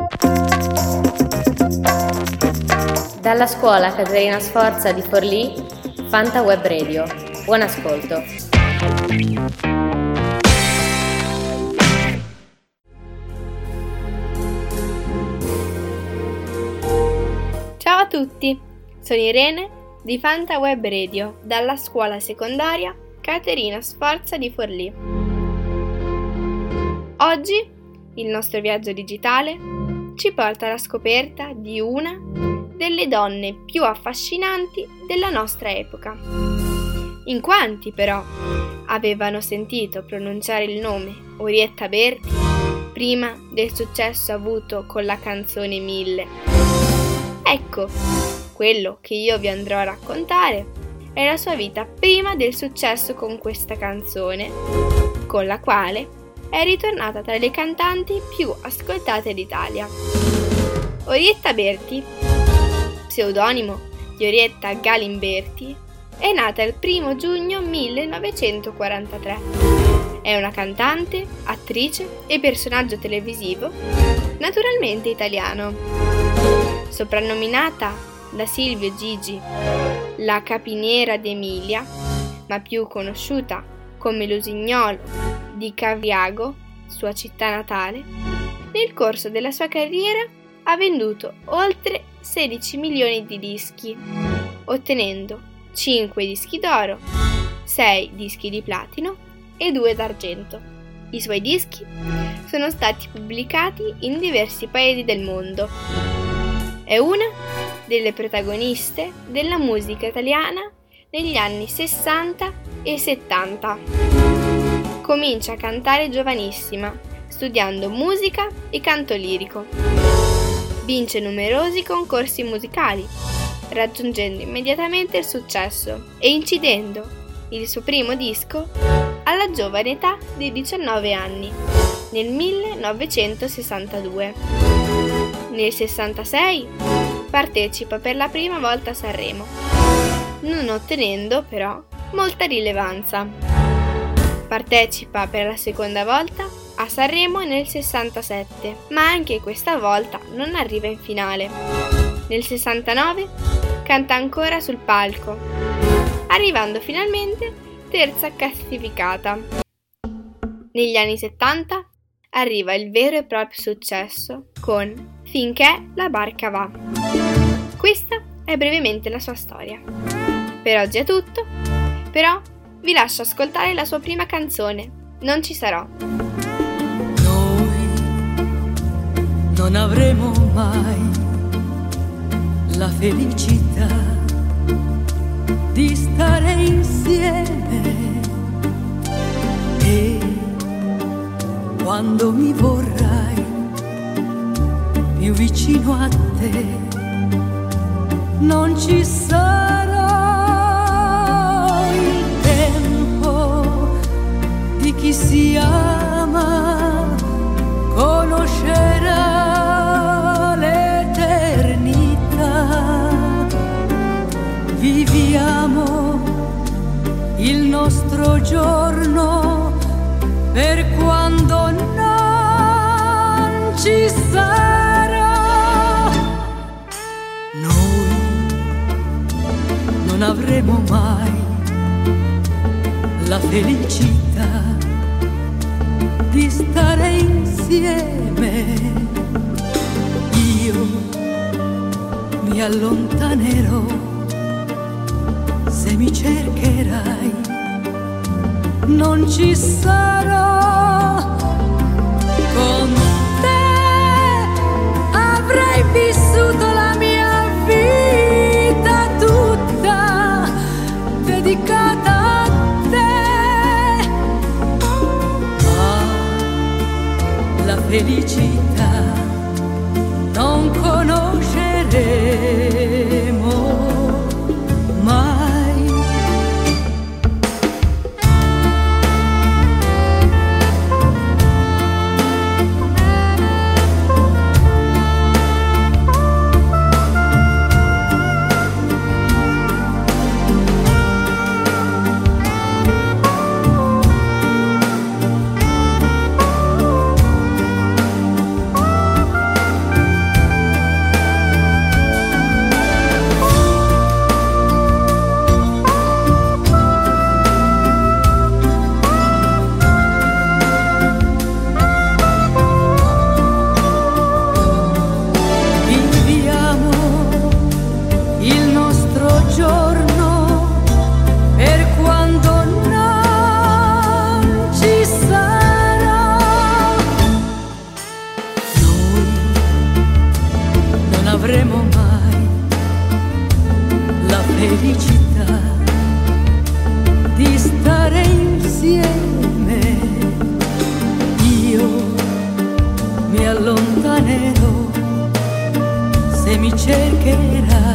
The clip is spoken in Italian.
Dalla scuola Caterina Sforza di Forlì, Fanta Web Radio. Buon ascolto. Ciao a tutti, sono Irene di Fanta Web Radio, dalla scuola secondaria Caterina Sforza di Forlì. Oggi il nostro viaggio digitale ci porta alla scoperta di una delle donne più affascinanti della nostra epoca. In quanti però avevano sentito pronunciare il nome Orietta Berti prima del successo avuto con la canzone Mille? Ecco, quello che io vi andrò a raccontare è la sua vita prima del successo con questa canzone, con la quale è ritornata tra le cantanti più ascoltate d'Italia. Orietta Berti, pseudonimo di Orietta Galimberti, è nata il 1 giugno 1943. È una cantante, attrice e personaggio televisivo, naturalmente italiano. Soprannominata da Silvio Gigi la capiniera d'Emilia, ma più conosciuta come l'usignolo di Cavriago, sua città natale, nel corso della sua carriera ha venduto oltre 16 milioni di dischi, ottenendo 5 dischi d'oro, 6 dischi di platino e 2 d'argento. I suoi dischi sono stati pubblicati in diversi paesi del mondo. È una delle protagoniste della musica italiana negli anni 60 e 70. Comincia a cantare giovanissima, studiando musica e canto lirico. Vince numerosi concorsi musicali, raggiungendo immediatamente il successo e incidendo il suo primo disco alla giovane età di 19 anni, nel 1962. Nel 66 partecipa per la prima volta a Sanremo, non ottenendo però molta rilevanza. Partecipa per la seconda volta a Sanremo nel 67, ma anche questa volta non arriva in finale. Nel 69 canta ancora sul palco, arrivando finalmente terza classificata. Negli anni 70 arriva il vero e proprio successo con Finché la barca va. Questa è brevemente la sua storia. Per oggi è tutto, però vi lascio ascoltare la sua prima canzone, Non ci sarò. Noi non avremo mai la felicità di stare insieme, e quando mi vorrai più vicino a te non ci sarà il tempo di chi si ama, conoscerà l'eternità. Viviamo il nostro giorno per quando non ci sarà. Noi non avremo mai la felicità di stare insieme. Io mi allontanerò se mi cercherai, non ci sarò. Con te avrei vissuto la mia vita tutta dedicata a te, ma la felicità non conosceremo mai. avremo mai la felicità di stare insieme. Io mi allontanerò se mi cercherai.